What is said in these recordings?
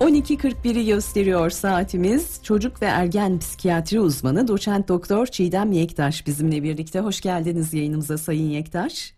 12.41'i gösteriyor saatimiz. Çocuk ve ergen psikiyatri uzmanı doçent doktor Çiğdem Yektaş bizimle birlikte. Hoş geldiniz yayınımıza Sayın Yektaş.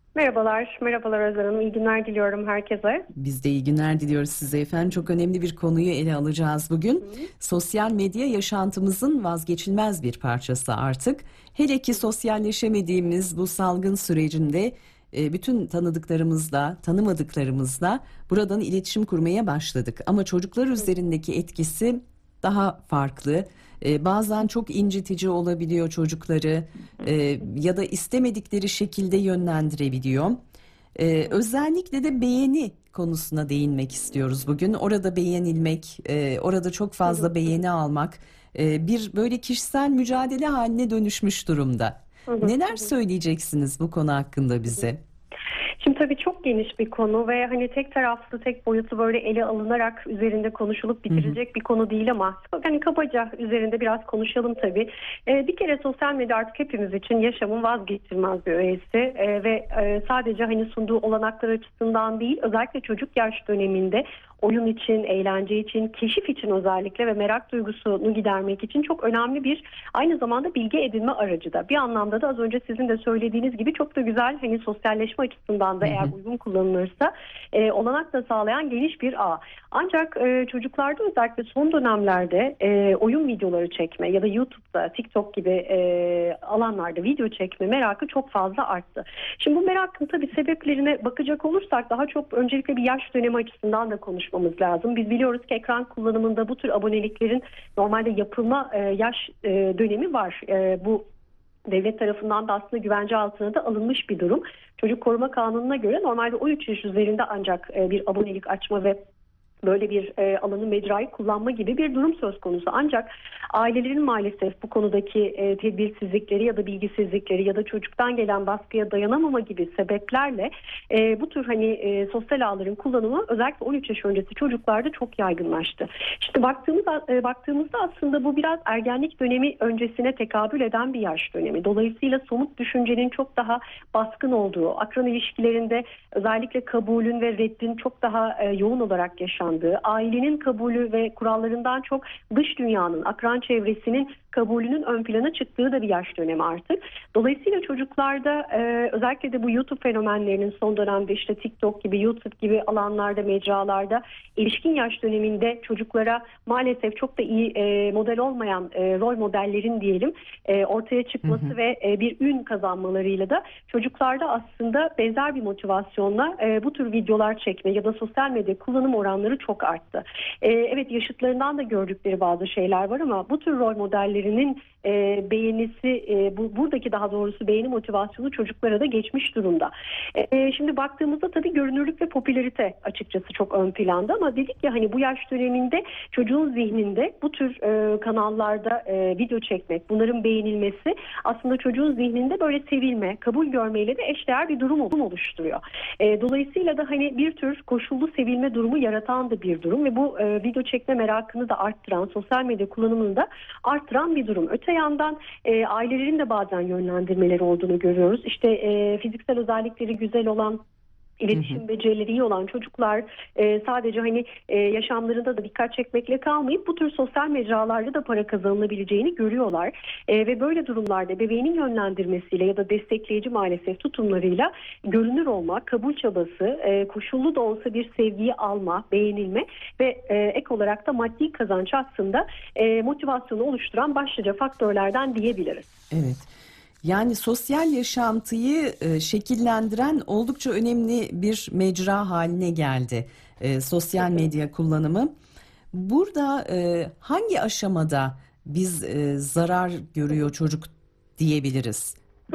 Merhabalar Özlem Hanım. İyi günler diliyorum herkese. Biz de iyi günler diliyoruz size efendim. Çok önemli bir konuyu ele alacağız bugün. Sosyal medya yaşantımızın vazgeçilmez bir parçası artık. Hele ki sosyalleşemediğimiz bu salgın sürecinde bütün tanıdıklarımızla, tanımadıklarımızla buradan iletişim kurmaya başladık. Ama çocuklar üzerindeki etkisi daha farklı. Bazen çok incitici olabiliyor çocukları ya da istemedikleri şekilde yönlendirebiliyor. Özellikle de beğeni konusuna değinmek istiyoruz bugün. Orada beğenilmek, orada çok fazla beğeni almak bir böyle kişisel mücadele haline dönüşmüş durumda. Neler söyleyeceksiniz bu konu hakkında bize? Şimdi tabii çok geniş bir konu ve hani tek taraflı, tek boyutu böyle ele alınarak üzerinde konuşulup bitirilecek bir konu değil ama hani kabaca üzerinde biraz konuşalım tabii. Bir kere sosyal medya artık hepimiz için yaşamın vazgeçilmez bir öğesi ve sadece hani sunduğu olanaklar açısından değil, özellikle çocuk yaş döneminde oyun için, eğlence için, keşif için özellikle ve merak duygusunu gidermek için çok önemli bir aynı zamanda bilgi edinme aracı da. Bir anlamda da az önce sizin de söylediğiniz gibi çok da güzel hani sosyalleşme açısından da eğer uygun kullanılırsa olanak da sağlayan geniş bir ağ. Ancak çocuklarda özellikle son dönemlerde oyun videoları çekme ya da YouTube'da, TikTok gibi alanlarda video çekme merakı çok fazla arttı. Şimdi bu merakın tabii sebeplerine bakacak olursak daha çok öncelikle bir yaş dönemi açısından da konuşmamız lazım. Biz biliyoruz ki ekran kullanımında bu tür aboneliklerin normalde yapılma yaş dönemi var. Bu devlet tarafından da aslında güvence altına da alınmış bir durum. Çocuk Koruma Kanunu'na göre normalde 13 yaş üzerinde ancak bir abonelik açma ve böyle bir alanı mecrayı kullanma gibi bir durum söz konusu. Ancak ailelerin maalesef bu konudaki tedbirsizlikleri ya da bilgisizlikleri ya da çocuktan gelen baskıya dayanamama gibi sebeplerle bu tür hani sosyal ağların kullanımı özellikle 13 yaş öncesi çocuklarda çok yaygınlaştı. İşte baktığımızda aslında bu biraz ergenlik dönemi öncesine tekabül eden bir yaş dönemi. Dolayısıyla somut düşüncenin çok daha baskın olduğu, akran ilişkilerinde özellikle kabulün ve reddin çok daha yoğun olarak yaşandığı, ailenin kabulü ve kurallarından çok dış dünyanın, akran çevresinin kabulünün ön plana çıktığı da bir yaş dönemi artık. Dolayısıyla çocuklarda özellikle de bu YouTube fenomenlerinin son dönemde işte TikTok gibi, YouTube gibi alanlarda, mecralarda erişkin yaş döneminde çocuklara maalesef çok da iyi model olmayan rol modellerin diyelim ortaya çıkması ve bir ün kazanmalarıyla da çocuklarda aslında benzer bir motivasyonla bu tür videolar çekme ya da sosyal medya kullanım oranları çok arttı. Evet, yaşıtlarından da gördükleri bazı şeyler var ama bu tür rol modellerinin beğenisi, buradaki daha doğrusu beğeni motivasyonu çocuklara da geçmiş durumda. Şimdi baktığımızda tabii görünürlük ve popülarite açıkçası çok ön planda ama dedik ya hani bu yaş döneminde çocuğun zihninde bu tür kanallarda video çekmek, bunların beğenilmesi aslında çocuğun zihninde böyle sevilme, kabul görmeyle de eşdeğer bir durum oluşturuyor. Dolayısıyla da hani bir tür koşullu sevilme durumu yaratan da bir durum ve bu video çekme merakını da arttıran, sosyal medya kullanımını da arttıran bir durum. Öte yandan ailelerin de bazen yönlendirmeleri olduğunu görüyoruz. İşte fiziksel özellikleri güzel olan, İletişim becerileri iyi olan çocuklar sadece hani yaşamlarında da dikkat çekmekle kalmayıp bu tür sosyal mecralarda da para kazanılabileceğini görüyorlar. Ve böyle durumlarda bebeğinin yönlendirmesiyle ya da destekleyici maalesef tutumlarıyla görünür olma, kabul çabası, koşullu da olsa bir sevgiyi alma, beğenilme ve ek olarak da maddi kazanç aslında motivasyonu oluşturan başlıca faktörlerden diyebiliriz. Evet. Yani sosyal yaşantıyı şekillendiren oldukça önemli bir mecra haline geldi sosyal medya kullanımı. Burada hangi aşamada biz zarar görüyor çocuk diyebiliriz?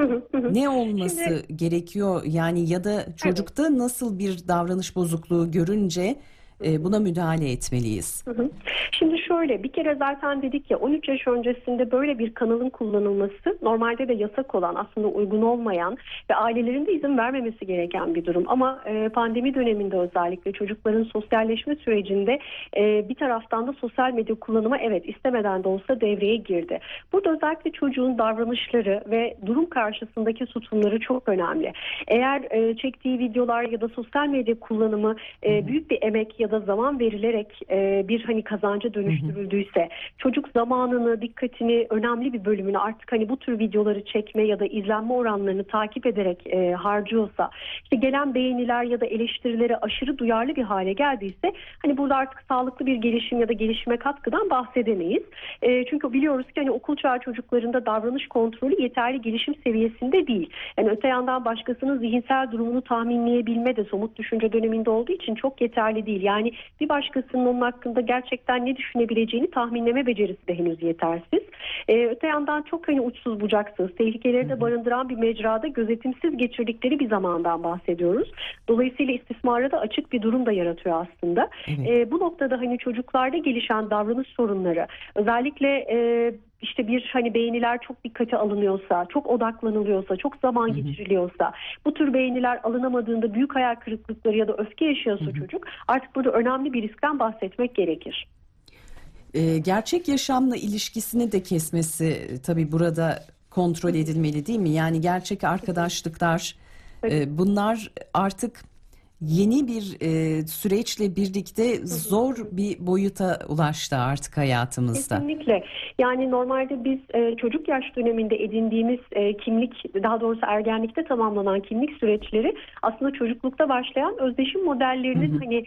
Ne olması gerekiyor yani ya da çocukta nasıl bir davranış bozukluğu görünce buna müdahale etmeliyiz? Şimdi şöyle, bir kere zaten dedik ya 13 yaş öncesinde böyle bir kanalın kullanılması normalde de yasak olan, aslında uygun olmayan ve ailelerin de izin vermemesi gereken bir durum. Ama pandemi döneminde özellikle çocukların sosyalleşme sürecinde bir taraftan da sosyal medya kullanımı evet istemeden de olsa devreye girdi. Burada özellikle çocuğun davranışları ve durum karşısındaki tutumları çok önemli. Eğer çektiği videolar ya da sosyal medya kullanımı büyük bir emek ya da zaman verilerek bir hani kazanca dönüştürüldüyse, çocuk zamanını, dikkatini, önemli bir bölümünü artık hani bu tür videoları çekme ya da izlenme oranlarını takip ederek harcıyorsa, işte gelen beğeniler ya da eleştirilere aşırı duyarlı bir hale geldiyse, hani burada artık sağlıklı bir gelişim ya da gelişime katkıdan bahsedemeyiz. Çünkü biliyoruz ki hani okul çağı çocuklarında davranış kontrolü yeterli gelişim seviyesinde değil. Yani öte yandan başkasının zihinsel durumunu tahminleyebilme de somut düşünce döneminde olduğu için çok yeterli değil. Yani bir başkasının onun hakkında gerçekten ne düşünebileceğini tahminleme becerisi de henüz yetersiz. Öte yandan çok hani uçsuz bucaksız, tehlikeleri de barındıran bir mecrada gözetimsiz geçirdikleri bir zamandan bahsediyoruz. Dolayısıyla istismara da açık bir durum da yaratıyor aslında. Evet. Bu noktada hani çocuklarda gelişen davranış sorunları, özellikle işte bir hani beğeniler çok dikkate alınıyorsa, çok odaklanılıyorsa, çok zaman geçiriliyorsa, bu tür beğeniler alınamadığında büyük hayal kırıklıkları ya da öfke yaşıyorsa çocuk, artık burada önemli bir riskten bahsetmek gerekir. Gerçek yaşamla ilişkisini de kesmesi tabii burada kontrol edilmeli, değil mi? Yani gerçek arkadaşlıklar, Tabii. bunlar artık yeni bir süreçle birlikte zor bir boyuta ulaştı artık hayatımızda. Kesinlikle. Yani normalde biz çocuk yaş döneminde edindiğimiz kimlik, daha doğrusu ergenlikte tamamlanan kimlik süreçleri aslında çocuklukta başlayan özdeşim modellerinin hani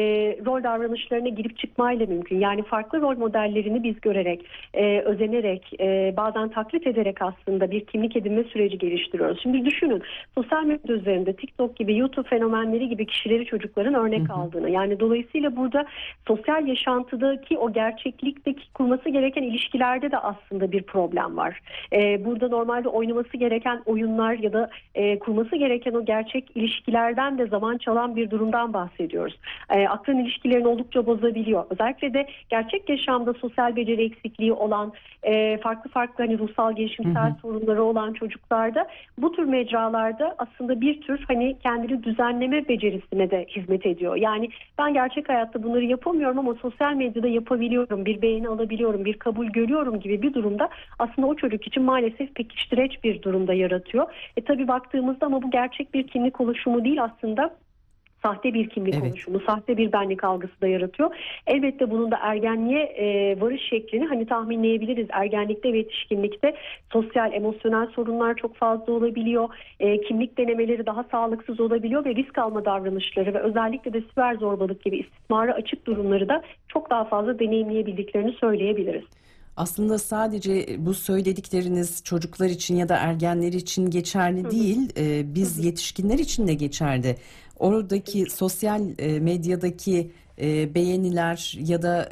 rol davranışlarına girip çıkmayla mümkün. Yani farklı rol modellerini biz görerek, özenerek, bazen taklit ederek aslında bir kimlik edinme süreci geliştiriyoruz. Şimdi düşünün, sosyal medya üzerinde TikTok gibi, YouTube fenomenleri gibi kişileri çocukların örnek aldığını. Yani dolayısıyla burada sosyal yaşantıdaki o gerçeklikteki kurması gereken ilişkilerde de aslında bir problem var. Burada normalde oynaması gereken oyunlar ya da kurması gereken o gerçek ilişkilerden de zaman çalan bir durumdan bahsediyoruz. Akran ilişkilerini oldukça bozabiliyor. Özellikle de gerçek yaşamda sosyal beceri eksikliği olan, farklı farklı hani ruhsal gelişimsel sorunları olan çocuklarda bu tür mecralarda aslında bir tür hani kendini düzenleme becerisine de hizmet ediyor. Yani ben gerçek hayatta bunları yapamıyorum ama sosyal medyada yapabiliyorum, bir beğeni alabiliyorum, bir kabul görüyorum gibi bir durumda aslında o çocuk için maalesef pekiştireç bir durumda yaratıyor. Tabii baktığımızda ama bu gerçek bir kimlik oluşumu değil, aslında sahte bir kimlik oluşumu, sahte bir benlik algısı da yaratıyor. Elbette bunun da ergenliğe varış şeklini hani tahminleyebiliriz. Ergenlikte ve yetişkinlikte sosyal, emosyonel sorunlar çok fazla olabiliyor. Kimlik denemeleri daha sağlıksız olabiliyor ve risk alma davranışları ve özellikle de siber zorbalık gibi istismara açık durumları da çok daha fazla deneyimleyebildiklerini söyleyebiliriz. Aslında sadece bu söyledikleriniz çocuklar için ya da ergenler için geçerli değil, biz yetişkinler için de geçerli. Oradaki sosyal medyadaki beğeniler ya da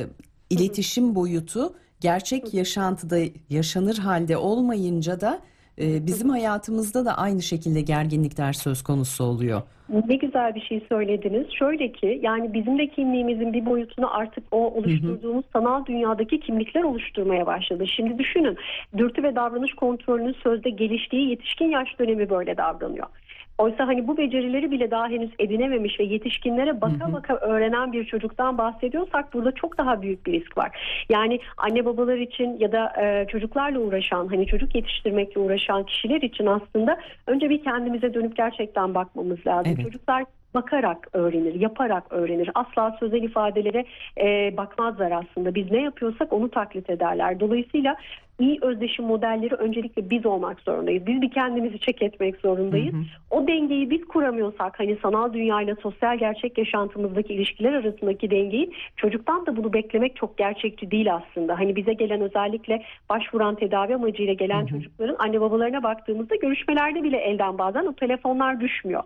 iletişim boyutu gerçek yaşantıda yaşanır halde olmayınca da bizim hayatımızda da aynı şekilde gerginlikler söz konusu oluyor. Ne güzel bir şey söylediniz. Şöyle ki, yani bizim de kimliğimizin bir boyutunu artık o oluşturduğumuz sanal dünyadaki kimlikler oluşturmaya başladı. Şimdi düşünün, dürtü ve davranış kontrolünün sözde geliştiği yetişkin yaş dönemi böyle davranıyor. Oysa hani bu becerileri bile daha henüz edinememiş ve yetişkinlere baka baka öğrenen bir çocuktan bahsediyorsak burada çok daha büyük bir risk var. Yani anne babalar için ya da çocuklarla uğraşan, hani çocuk yetiştirmekle uğraşan kişiler için aslında önce bir kendimize dönüp gerçekten bakmamız lazım. Evet. Çocuklar bakarak öğrenir, yaparak öğrenir. Asla sözel ifadelere bakmazlar aslında. Biz ne yapıyorsak onu taklit ederler. Dolayısıyla iyi özdeşim modelleri öncelikle biz olmak zorundayız. Biz bir kendimizi check etmek zorundayız. O dengeyi biz kuramıyorsak, hani sanal dünyayla sosyal gerçek yaşantımızdaki ilişkiler arasındaki dengeyi, çocuktan da bunu beklemek çok gerçekçi değil aslında. Hani bize gelen, özellikle başvuran tedavi amacıyla gelen çocukların anne babalarına baktığımızda görüşmelerde bile elden bazen o telefonlar düşmüyor.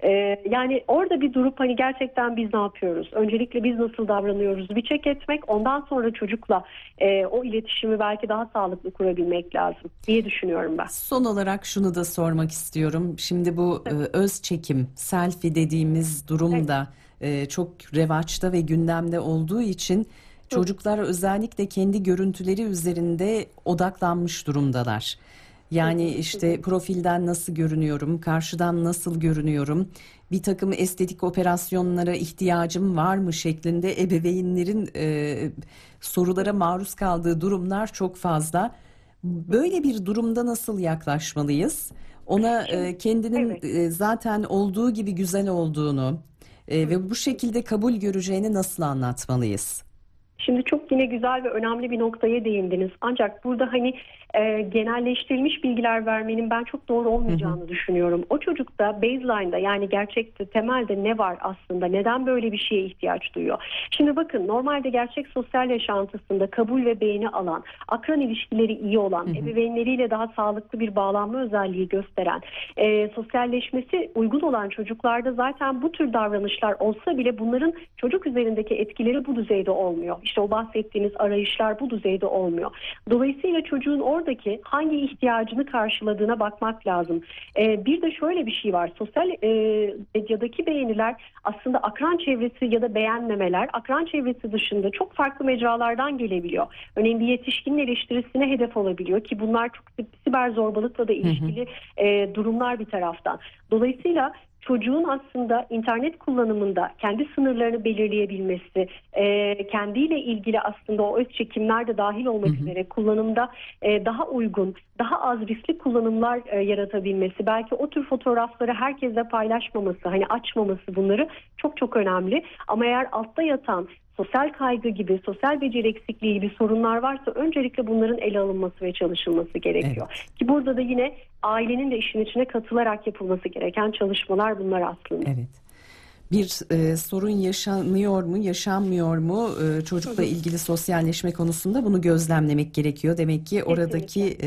Yani orada bir durup hani gerçekten biz ne yapıyoruz? Öncelikle biz nasıl davranıyoruz? Bir check etmek, ondan sonra çocukla o iletişimi belki daha sağlıklı kurabilmek lazım diye düşünüyorum ben. Son olarak şunu da sormak istiyorum. Şimdi bu öz çekim, selfie dediğimiz durum da çok revaçta ve gündemde olduğu için çocuklar özellikle kendi görüntüleri üzerinde odaklanmış durumdalar. Yani işte profilden nasıl görünüyorum, karşıdan nasıl görünüyorum, bir takım estetik operasyonlara ihtiyacım var mı şeklinde ebeveynlerin sorulara maruz kaldığı durumlar çok fazla. Böyle bir durumda nasıl yaklaşmalıyız? Ona kendinin zaten olduğu gibi güzel olduğunu, ve bu şekilde kabul göreceğini nasıl anlatmalıyız? Şimdi çok yine güzel ve önemli bir noktaya değindiniz. Ancak burada hani genelleştirilmiş bilgiler vermenin ben çok doğru olmayacağını düşünüyorum. O çocukta baseline'da, yani gerçekte, temelde ne var aslında? Neden böyle bir şeye ihtiyaç duyuyor? Şimdi bakın, normalde gerçek sosyal yaşantısında kabul ve beğeni alan, akran ilişkileri iyi olan, ebeveynleriyle daha sağlıklı bir bağlanma özelliği gösteren, sosyalleşmesi uygun olan çocuklarda zaten bu tür davranışlar olsa bile bunların çocuk üzerindeki etkileri bu düzeyde olmuyor. İşte o bahsettiğiniz arayışlar bu düzeyde olmuyor. Dolayısıyla çocuğun oradaki hangi ihtiyacını karşıladığına bakmak lazım. Bir de şöyle bir şey var. Sosyal medyadaki beğeniler aslında akran çevresi ya da beğenmemeler akran çevresi dışında çok farklı mecralardan gelebiliyor. Örneğin bir yetişkinin eleştirisine hedef olabiliyor ki bunlar çok siber zorbalıkla da ilişkili durumlar bir taraftan. Dolayısıyla çocuğun aslında internet kullanımında kendi sınırlarını belirleyebilmesi, kendiyle ilgili aslında o öz çekimler de dahil olmak üzere kullanımda daha uygun, daha az riskli kullanımlar yaratabilmesi, belki o tür fotoğrafları herkesle paylaşmaması, hani açmaması, bunları çok çok önemli. Ama eğer altta yatan sosyal kaygı gibi, sosyal beceri eksikliği gibi sorunlar varsa öncelikle bunların ele alınması ve çalışılması gerekiyor. Evet. Ki burada da yine ailenin de işin içine katılarak yapılması gereken çalışmalar bunlar aslında. Evet. Bir sorun yaşanıyor mu, yaşanmıyor mu çocukla ilgili sosyalleşme konusunda bunu gözlemlemek gerekiyor. Demek ki oradaki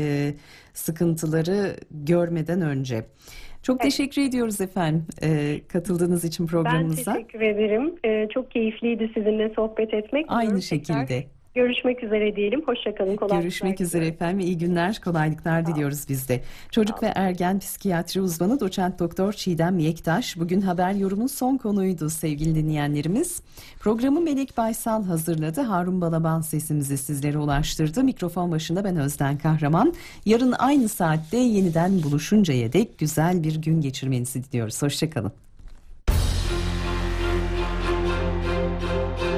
sıkıntıları görmeden önce. Çok teşekkür ediyoruz efendim katıldığınız için programımıza. Ben teşekkür ederim. Çok keyifliydi sizinle sohbet etmek. Aynı şekilde. Görüşmek üzere diyelim. Hoşçakalın. Görüşmek üzere efendim. İyi günler, kolaylıklar diliyoruz biz de. Çocuk ve ergen psikiyatri uzmanı doçent doktor Çiğdem Yektaş bugün haber yorumun son konuydu sevgili dinleyenlerimiz. Programı Melek Baysal hazırladı. Harun Balaban sesimizi sizlere ulaştırdı. Mikrofon başında ben Özden Kahraman. Yarın aynı saatte yeniden buluşuncaya dek güzel bir gün geçirmenizi diliyoruz. Hoşçakalın.